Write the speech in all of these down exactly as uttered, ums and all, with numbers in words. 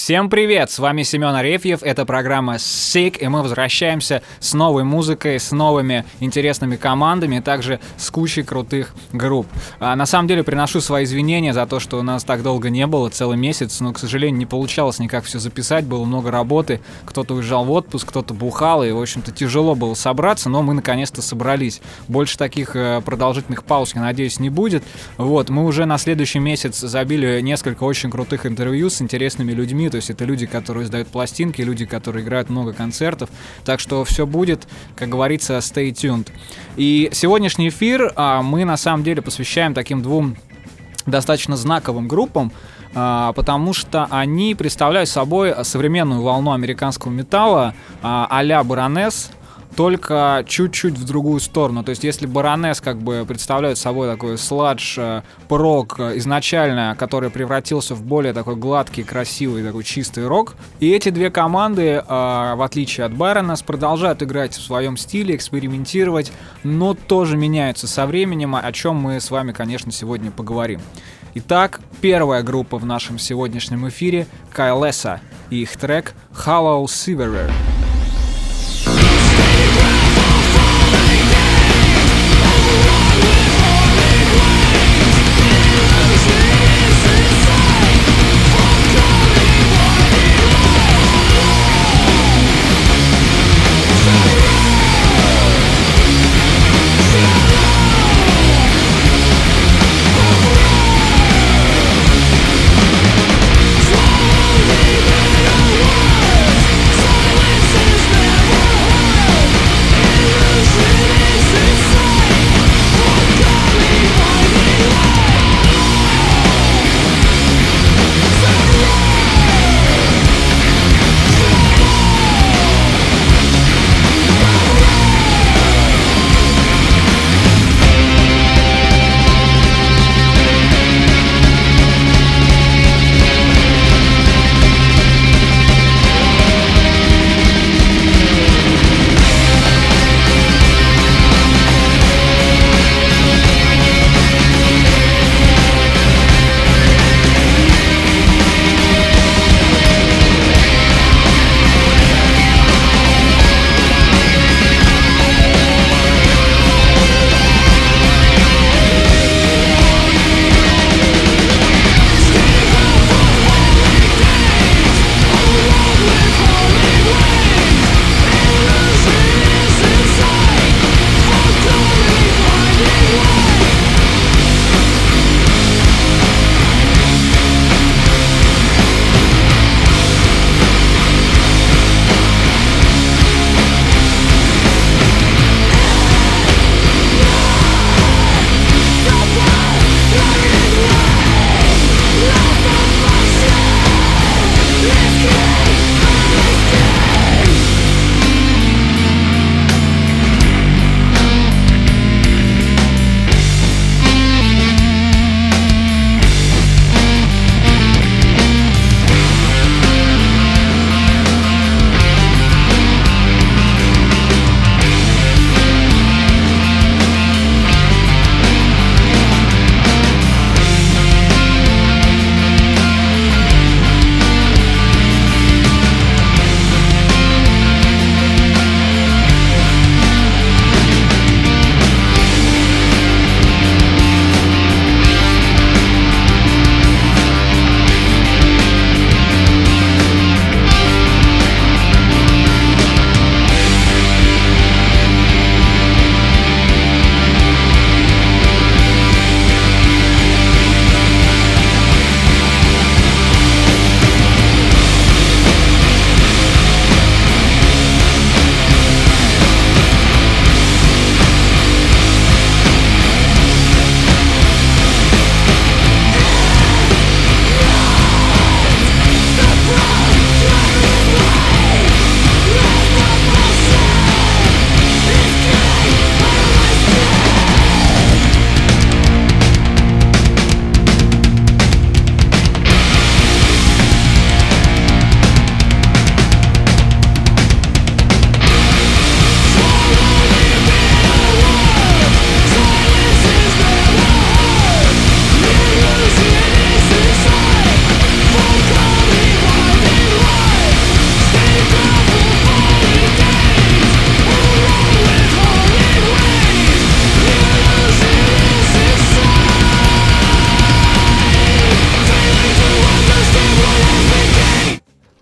Всем привет! С вами Семен Арефьев, это программа Sick, и мы возвращаемся с новой музыкой, с новыми интересными командами, и также с кучей крутых групп. А, на самом деле приношу свои извинения за то, что у нас так долго не было, целый месяц, но, к сожалению, не получалось никак все записать, было много работы, кто-то уезжал в отпуск, кто-то бухал, и, в общем-то, тяжело было собраться, но мы наконец-то собрались. Больше таких э, продолжительных пауз, я надеюсь, не будет. Вот, мы уже на следующий месяц забили несколько очень крутых интервью с интересными людьми. То есть это люди, которые издают пластинки, люди, которые играют много концертов. Так что все будет, как говорится, stay tuned. И сегодняшний эфир а, мы на самом деле посвящаем таким двум достаточно знаковым группам, а, потому что они представляют собой современную волну американского металла а, а-ля Baroness, только чуть-чуть в другую сторону. То есть если Baroness как бы представляет собой такой сладж, прог изначально, который превратился в более такой гладкий, красивый, такой чистый рок. И эти две команды, в отличие от Baroness, продолжают играть в своем стиле, экспериментировать, но тоже меняются со временем, о чем мы с вами, конечно, сегодня поговорим. Итак, первая группа в нашем сегодняшнем эфире — Kylesa и их трек «Hollow Silverer». Silence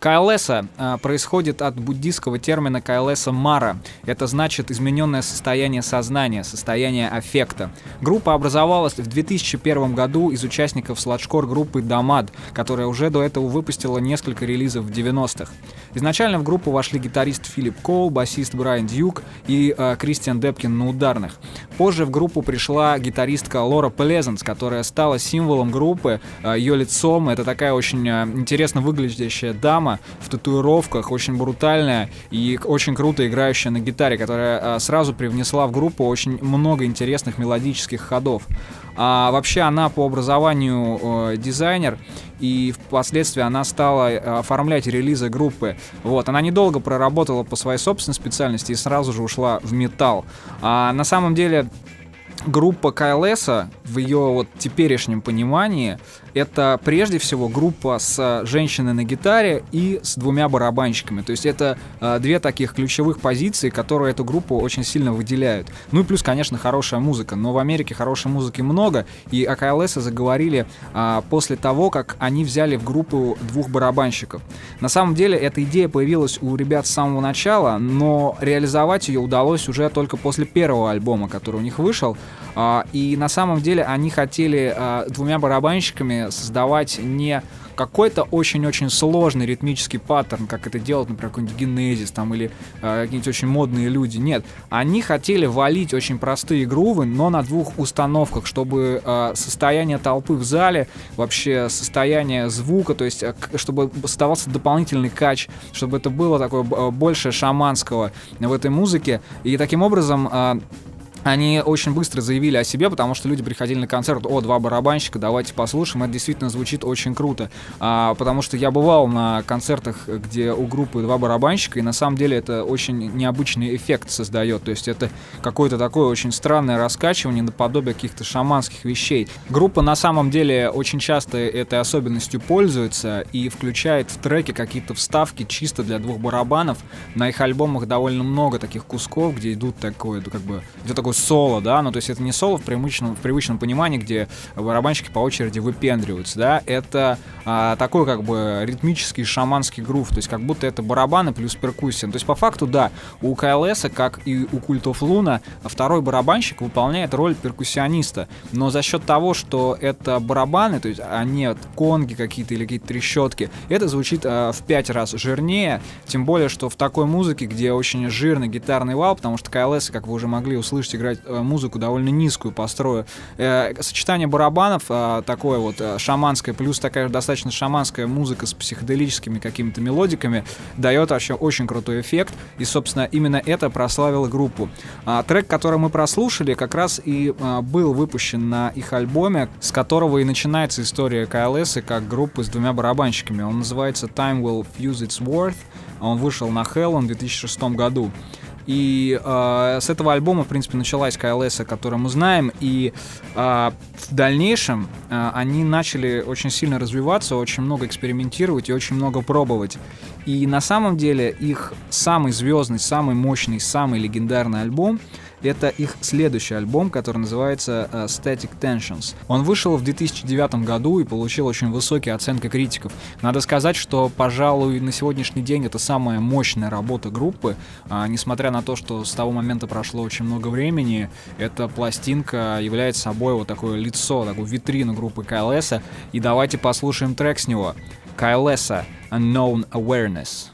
Каэлэса э, происходит от буддийского термина каэлэса мара. Это значит измененное состояние сознания, состояние аффекта. Группа образовалась в две тысячи первом году из участников сладжкор группы Дамад, которая уже до этого выпустила несколько релизов в девяностых. Изначально в группу вошли гитарист Филипп Коул, басист Брайан Дьюк и э, Кристиан Депкин на ударных. Позже в группу пришла гитаристка Лора Плезанс, которая стала символом группы. Э, ее лицом — это такая очень э, интересно выглядящая дама в татуировках, очень брутальная и очень круто играющая на гитаре, которая э, сразу привнесла в группу очень много интересных мелодических ходов. А вообще она по образованию э, дизайнер, и впоследствии она стала э, оформлять релизы группы. Вот. Она недолго проработала по своей собственной специальности и сразу же ушла в металл. А на самом деле группа Каэлэса в ее вот теперешнем понимании это прежде всего группа с женщиной на гитаре и с двумя барабанщиками. То есть это э, две таких ключевых позиции, которые эту группу очень сильно выделяют. Ну и плюс, конечно, хорошая музыка. Но в Америке хорошей музыки много, и о Каэлэсе заговорили э, после того, как они взяли в группу двух барабанщиков. На самом деле эта идея появилась у ребят с самого начала, но реализовать ее удалось уже только после первого альбома, который у них вышел. Э, и на самом деле они хотели э, двумя барабанщиками создавать не какой-то очень-очень сложный ритмический паттерн, как это делают, например, какой-нибудь Генезис там, или э, какие-нибудь очень модные люди. Нет, они хотели валить очень простые грувы, но на двух установках, чтобы э, состояние толпы в зале, вообще состояние звука, то есть э, чтобы создавался дополнительный кач, чтобы это было такое э, больше шаманского в этой музыке. И таким образом э, они очень быстро заявили о себе, потому что люди приходили на концерт: о, два барабанщика, давайте послушаем. Это действительно звучит очень круто. А, потому что я бывал на концертах, где у группы два барабанщика, и на самом деле это очень необычный эффект создает. То есть это какое-то такое очень странное раскачивание наподобие каких-то шаманских вещей. Группа на самом деле очень часто этой особенностью пользуется и включает в треки какие-то вставки чисто для двух барабанов. На их альбомах довольно много таких кусков, где идут такое, как бы, где такое соло, да, ну то есть это не соло в привычном, в привычном понимании, где барабанщики по очереди выпендриваются, да, это а, такой как бы ритмический шаманский грув, то есть как будто это барабаны плюс перкуссия. То есть по факту, да, у Каэлэса, как и у Cult of Luna, второй барабанщик выполняет роль перкуссиониста, но за счет того, что это барабаны, то есть они конги какие-то или какие-то трещотки, это звучит а, в пять раз жирнее, тем более, что в такой музыке, где очень жирный гитарный вал, потому что Каэлэса, как вы уже могли услышать, играть э, музыку довольно низкую по строю. Э, сочетание барабанов э, такое вот э, шаманское, плюс такая достаточно шаманская музыка с психоделическими какими-то мелодиками дает вообще очень крутой эффект. И, собственно, именно это прославило группу. А, трек, который мы прослушали, как раз и а, был выпущен на их альбоме, с которого и начинается история Каэлэса как группы с двумя барабанщиками. Он называется Time Will Fuse Its Worth. Он вышел на Hell в две тысячи шестом году. И э, с этого альбома, в принципе, началась Каэлэса, которую мы знаем, и э, в дальнейшем э, они начали очень сильно развиваться, очень много экспериментировать и очень много пробовать. И на самом деле их самый звездный, самый мощный, самый легендарный альбом — это их следующий альбом, который называется uh, Static Tensions. Он вышел в две тысячи девятом году и получил очень высокие оценки критиков. Надо сказать, что, пожалуй, на сегодняшний день это самая мощная работа группы. А, несмотря на то, что с того момента прошло очень много времени, эта пластинка является собой вот такое лицо, такую витрину группы Каэлэса. И давайте послушаем трек с него. Каэлэса Unknown Awareness.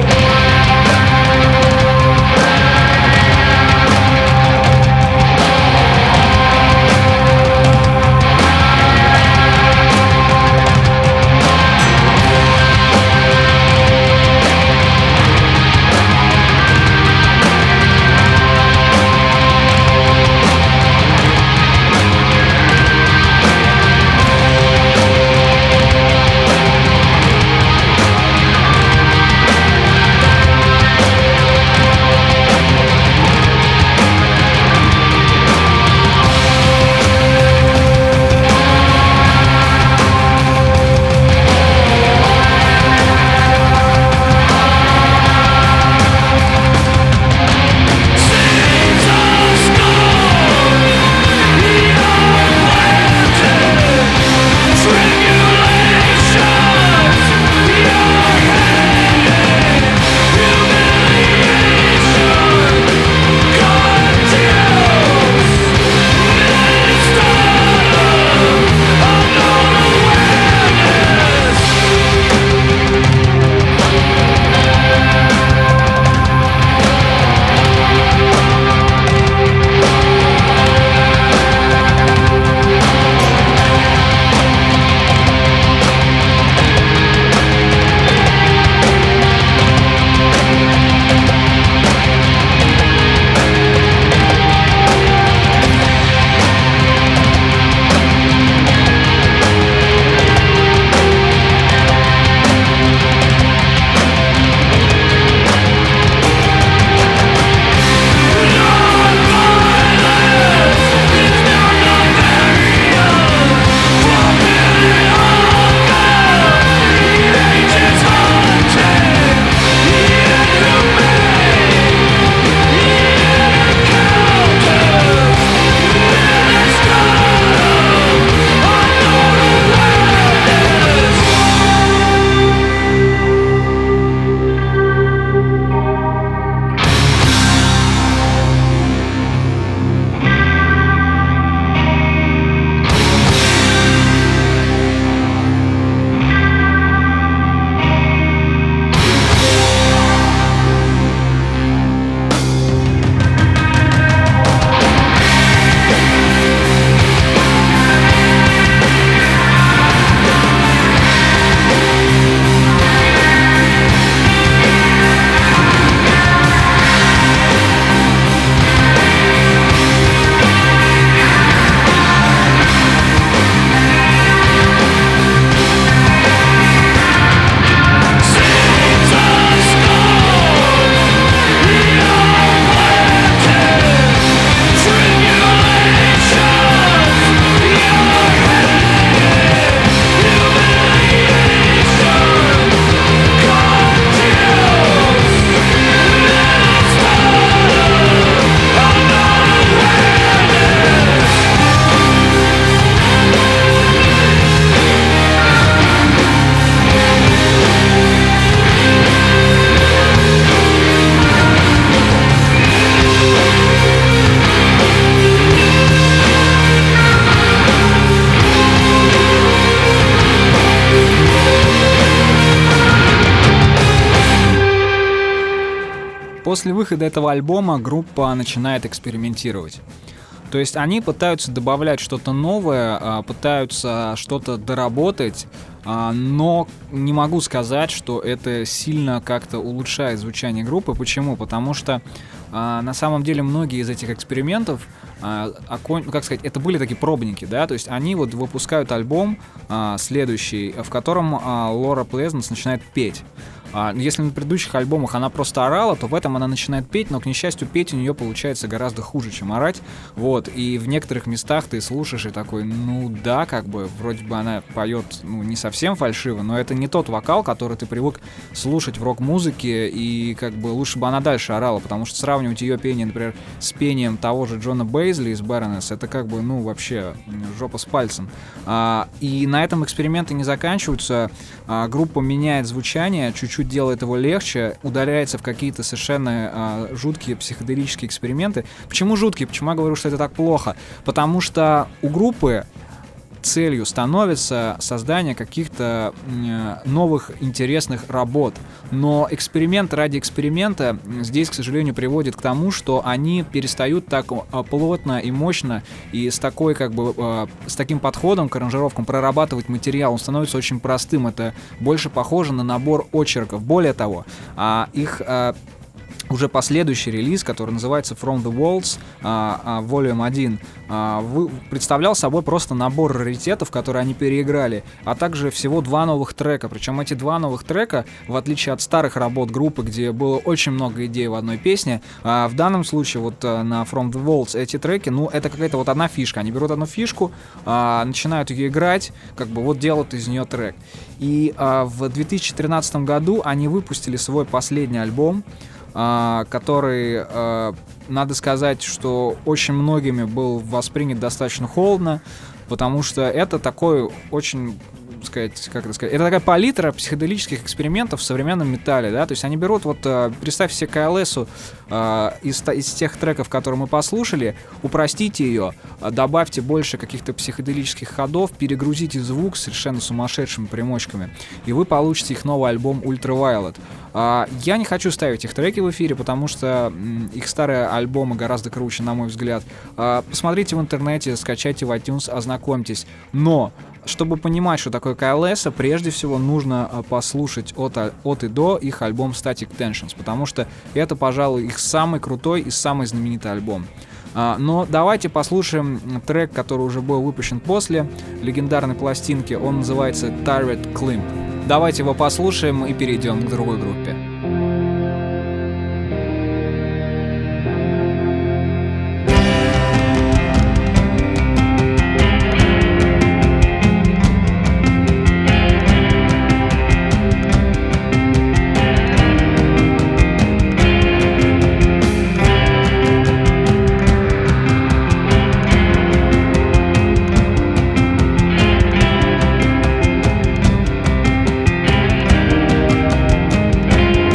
We'll be right back. после выхода этого альбома группа начинает экспериментировать. То есть они пытаются добавлять что-то новое, пытаются что-то доработать, но не могу сказать, что это сильно как-то улучшает звучание группы. Почему? Потому что на самом деле многие из этих экспериментов, как сказать, это были такие пробники, да, то есть они вот выпускают альбом следующий, в котором Лора Плезанс начинает петь. Если на предыдущих альбомах она просто орала, то в этом она начинает петь, но, к несчастью, петь у нее получается гораздо хуже, чем орать. Вот, и в некоторых местах ты слушаешь и такой, ну да, как бы, вроде бы она поет, ну, не совсем фальшиво, но это не тот вокал, который ты привык слушать в рок-музыке, и как бы лучше бы она дальше орала, потому что сравнивать ее пение, например, с пением того же Джона Бейзли из Baroness, это как бы, ну, вообще жопа с пальцем. А, и на этом эксперименты не заканчиваются, а, группа меняет звучание, чуть-чуть чуть делает его легче, удаляется в какие-то совершенно а, жуткие психоделические эксперименты. Почему жуткие? Почему я говорю, что это так плохо? Потому что у группы целью становится создание каких-то новых интересных работ. Но эксперимент ради эксперимента здесь, к сожалению, приводит к тому, что они перестают так плотно и мощно и с такой, как бы, с таким подходом к аранжировкам прорабатывать материал. Он становится очень простым. Это больше похоже на набор очерков. Более того, их уже последующий релиз, который называется From the Walls, uh, uh, Volume один, uh, вы, представлял собой просто набор раритетов, которые они переиграли, а также всего два новых трека. Причем эти два новых трека, в отличие от старых работ группы, где было очень много идей в одной песне, uh, в данном случае вот uh, на From the Walls эти треки, ну, это какая-то вот одна фишка. Они берут одну фишку, uh, начинают ее играть, как бы вот делают из нее трек. И uh, в две тысячи тринадцатом году они выпустили свой последний альбом, который, надо сказать, что очень многими был воспринят достаточно холодно, потому что это такой очень, сказать, как это сказать, это такая палитра психоделических экспериментов в современном металле, да, то есть они берут, вот, представь себе ка эл эс э, из, из тех треков, которые мы послушали, упростите ее, добавьте больше каких-то психоделических ходов, перегрузите звук совершенно сумасшедшими примочками, и вы получите их новый альбом Ultraviolet. Uh, я не хочу ставить их треки в эфире, потому что м, их старые альбомы гораздо круче, на мой взгляд. Uh, посмотрите в интернете, скачайте в iTunes, ознакомьтесь. Но, чтобы понимать, что такое ка эл эс, прежде всего нужно uh, послушать от, от и до их альбом Static Tensions, потому что это, пожалуй, их самый крутой и самый знаменитый альбом. Uh, но давайте послушаем трек, который уже был выпущен после легендарной пластинки. Он называется Tired Climb. Давайте его послушаем и перейдем к другой группе. Thank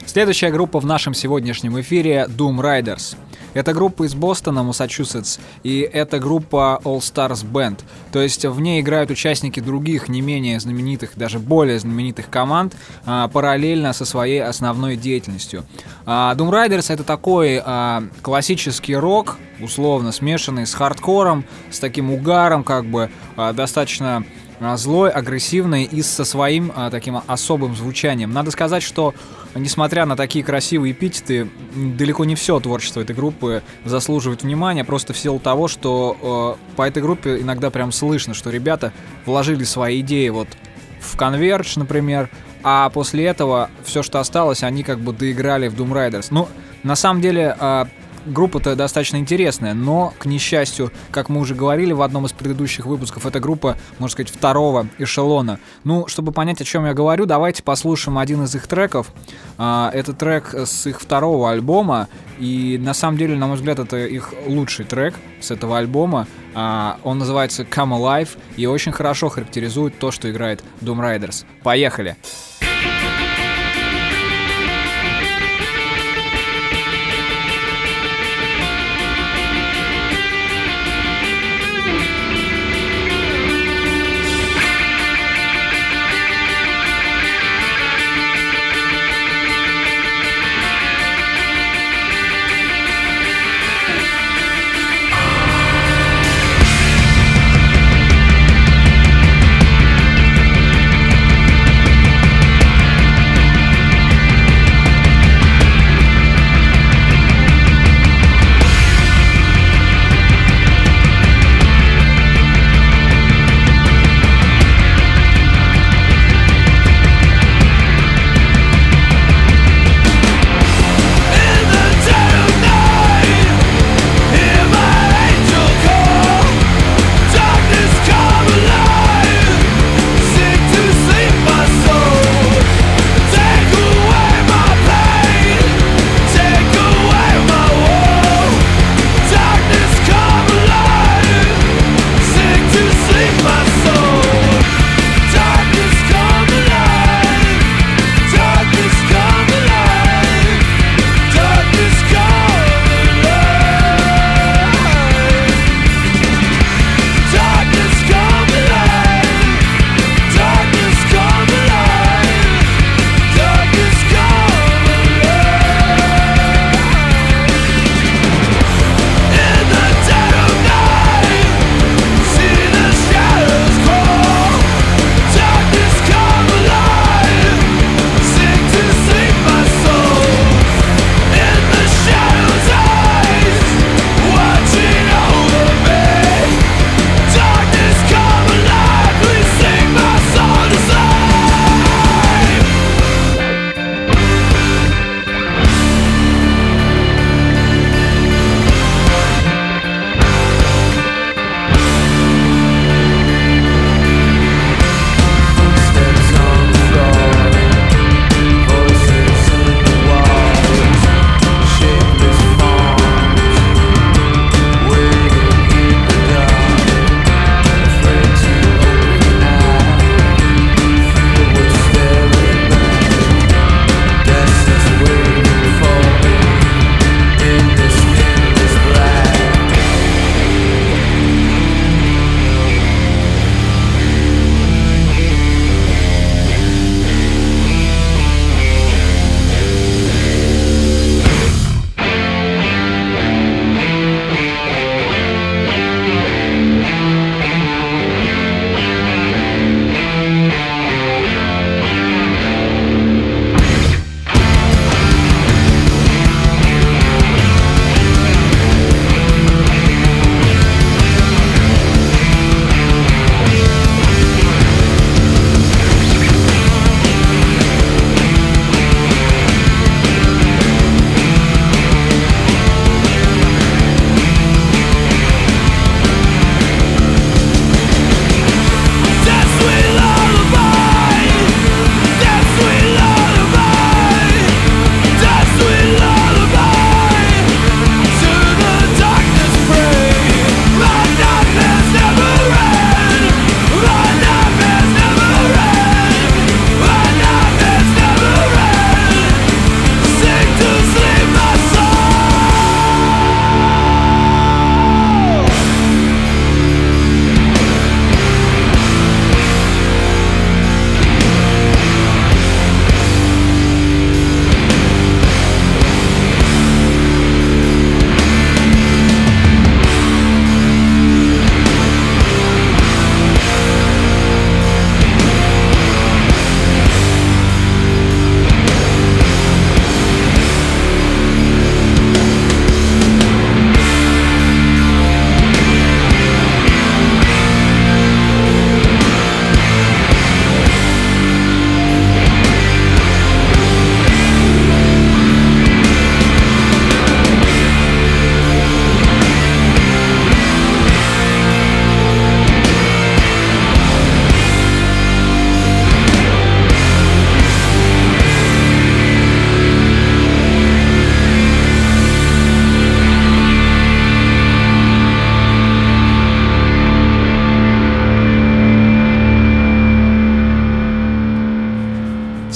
Следующая группа в нашем сегодняшнем эфире — Doom Riders. Это группа из Бостона, Массачусетс, и это группа All Stars Band. То есть в ней играют участники других, не менее знаменитых, даже более знаменитых команд, а, параллельно со своей основной деятельностью. А, Doom Riders — это такой а, классический рок, условно смешанный с хардкором, с таким угаром, как бы а, достаточно злой, агрессивный и со своим а, таким особым звучанием. Надо сказать, что несмотря на такие красивые эпитеты, далеко не все творчество этой группы заслуживает внимания, просто в силу того, что э, по этой группе иногда прям слышно, что ребята вложили свои идеи вот в Converge, например, а после этого все, что осталось, они как бы доиграли в Doom Riders. Ну, на самом деле, э, группа-то достаточно интересная, но, к несчастью, как мы уже говорили в одном из предыдущих выпусков, эта группа, можно сказать, второго эшелона. Ну, чтобы понять, о чем я говорю, давайте послушаем один из их треков. Это трек с их второго альбома, и на самом деле, на мой взгляд, это их лучший трек с этого альбома. Он называется Come Alive и очень хорошо характеризует то, что играет Doom Riders. Поехали! Come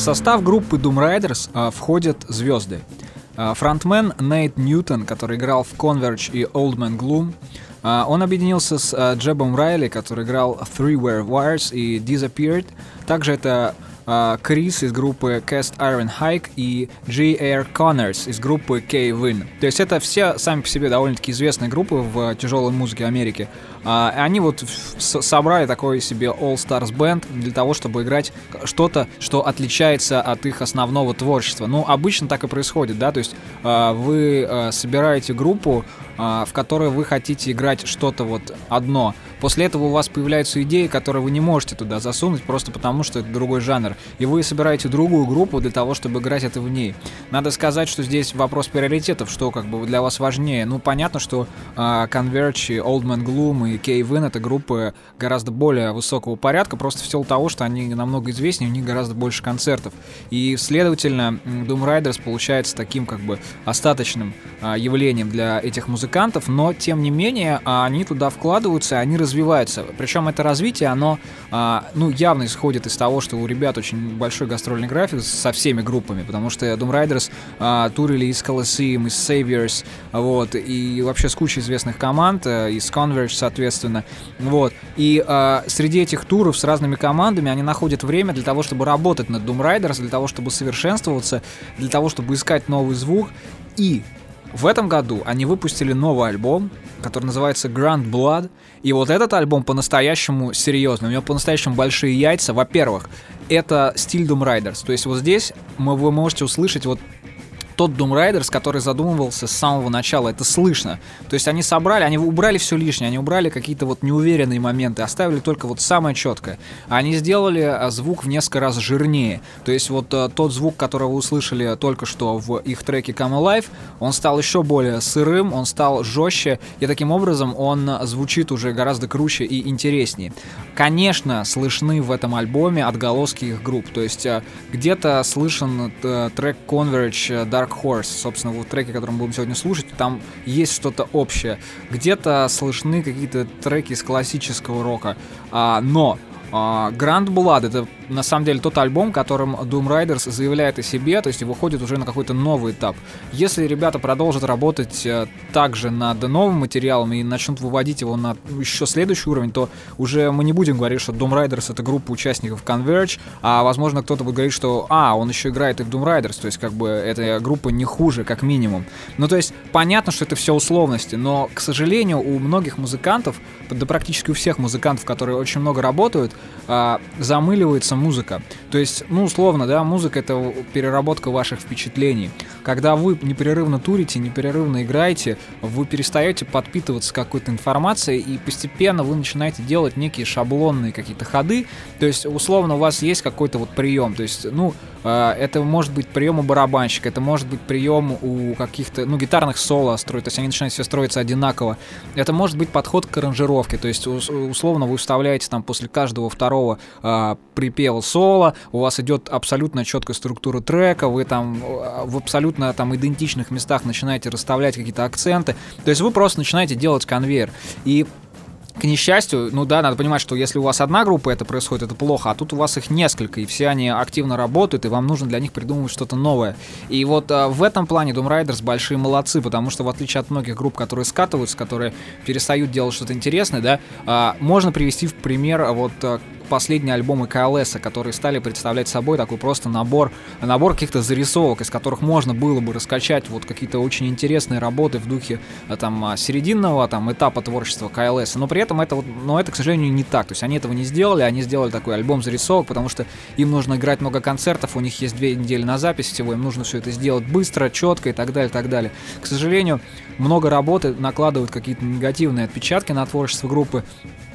состав группы Doom Riders а, входят звезды. А, фронтмен Нейт Ньютон, который играл в Converge и Old Man Gloom. А, он объединился с а, Джебом Райли, который играл в Three Were Wires и Disappeared. Также это а, Крис из группы Cast Iron Hike и J R Connors из группы Cave-In. То есть это все сами по себе довольно-таки известные группы в тяжелой музыке Америки. А, они вот с- собрали такой себе All Stars Band для того, чтобы играть что-то, что отличается от их основного творчества. Ну, обычно так и происходит, да, то есть а, вы а, собираете группу, а, в которой вы хотите играть что-то вот одно. После этого у вас появляются идеи, которые вы не можете туда засунуть, просто потому что это другой жанр. И вы собираете другую группу для того, чтобы играть это в ней. Надо сказать, что здесь вопрос приоритетов, что как бы для вас важнее. Ну, понятно, что uh, Converge, Old Man Gloom и Cave-In — это группы гораздо более высокого порядка, просто в силу того, что они намного известнее, у них гораздо больше концертов. И, следовательно, Doom Riders получается таким как бы остаточным uh, явлением для этих музыкантов, но, тем не менее, uh, они туда вкладываются, они развиваются. Причем это развитие, оно а, ну, явно исходит из того, что у ребят очень большой гастрольный график со всеми группами, потому что Doom Riders а, турили из Colosseum, из Saviors, вот, и вообще с кучей известных команд, а, из Converge, соответственно, вот. И а, среди этих туров с разными командами они находят время для того, чтобы работать над Doom Riders, для того, чтобы совершенствоваться, для того, чтобы искать новый звук. И в этом году они выпустили новый альбом, который называется Grand Blood. И вот этот альбом по-настоящему серьезный. У него по-настоящему большие яйца. Во-первых, это стиль Doom Riders. То есть вот здесь мы, вы можете услышать вот тот Doom Riders, который задумывался с самого начала, это слышно. То есть они собрали, они убрали все лишнее, они убрали какие-то вот неуверенные моменты, оставили только вот самое четкое. Они сделали звук в несколько раз жирнее. То есть вот тот звук, который вы услышали только что в их треке Come Alive, он стал еще более сырым, он стал жестче, и таким образом он звучит уже гораздо круче и интереснее. Конечно, слышны в этом альбоме отголоски их групп. То есть где-то слышен трек Converge Dark Horse, собственно, вот треки, которые мы будем сегодня слушать, там есть что-то общее. Где-то слышны какие-то треки из классического рока, а, но а, Grand Blood — это на самом деле тот альбом, которым Doom Riders заявляет о себе, то есть и выходит уже на какой-то новый этап. Если ребята продолжат работать э, также над новым материалом и начнут выводить его на еще следующий уровень, то уже мы не будем говорить, что Doom Riders — это группа участников Converge, а возможно кто-то будет говорить, что а, он еще играет и в Doom Riders, то есть как бы эта группа не хуже, как минимум. Ну то есть понятно, что это все условности, но, к сожалению, у многих музыкантов, да практически у всех музыкантов, которые очень много работают, э, замыливается музыка. То есть, ну, условно, да, музыка — это переработка ваших впечатлений. Когда вы непрерывно турите, непрерывно играете, вы перестаете подпитываться какой-то информацией, и постепенно вы начинаете делать некие шаблонные какие-то ходы. То есть, условно, у вас есть какой-то вот прием. То есть, ну, э, это может быть прием у барабанщика, это может быть прием у каких-то, ну, гитарных соло строить, то есть они начинают все строиться одинаково. Это может быть подход к аранжировке, то есть, условно, вы вставляете там после каждого второго э, припева соло, у вас идет абсолютно четкая структура трека, вы там в абсолютно там идентичных местах начинаете расставлять какие-то акценты, то есть вы просто начинаете делать конвейер. И к несчастью, ну да, надо понимать, что если у вас одна группа это происходит, это плохо, а тут у вас их несколько, и все они активно работают, и вам нужно для них придумывать что-то новое. И вот а, в этом плане Doom Riders большие молодцы, потому что в отличие от многих групп, которые скатываются, которые перестают делать что-то интересное, да, а, можно привести в пример вот а, последние альбомы кей эл эс, которые стали представлять собой такой просто набор, набор каких-то зарисовок, из которых можно было бы раскачать вот какие-то очень интересные работы в духе там серединного там этапа творчества кей эл эс, но при этом это вот, но это, к сожалению, не так, то есть они этого не сделали, они сделали такой альбом зарисовок, потому что им нужно играть много концертов, у них есть две недели на запись всего, им нужно все это сделать быстро, четко и так далее, так далее. К сожалению, много работы накладывают какие-то негативные отпечатки на творчество группы,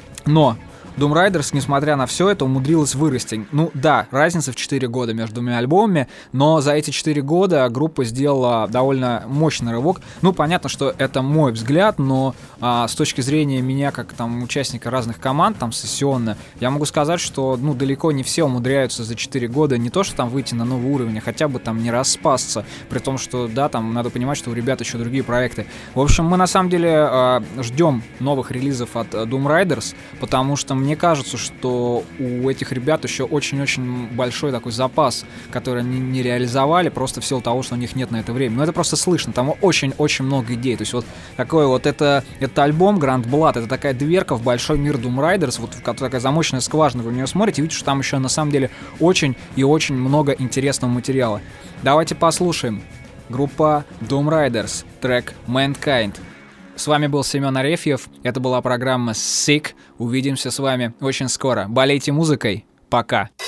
но Doom Riders, несмотря на все это, умудрилась вырасти. Ну да, разница в четыре года между двумя альбомами, но за эти четыре года группа сделала довольно мощный рывок. Ну, понятно, что это мой взгляд, но а, с точки зрения меня, как там участника разных команд, там сессионно, я могу сказать, что ну далеко не все умудряются за четыре года не то, что там выйти на новый уровень, а хотя бы там не распасться, при том, что да, там надо понимать, что у ребят еще другие проекты. В общем, мы на самом деле а, ждем новых релизов от Doom Riders, потому что мне мне кажется, что у этих ребят еще очень-очень большой такой запас, который они не реализовали просто в силу того, что у них нет на это времени. Но это просто слышно, там очень-очень много идей. То есть вот такой вот, это, это альбом Grand Blood, это такая дверка в большой мир Doom Riders, вот такая замочная скважина, вы в нее смотрите, видите, что там еще на самом деле очень и очень много интересного материала. Давайте послушаем. Группа Doom Riders, трек Mankind. С вами был Семен Арефьев, это была программа Sick. Увидимся с вами очень скоро. Болейте музыкой, пока.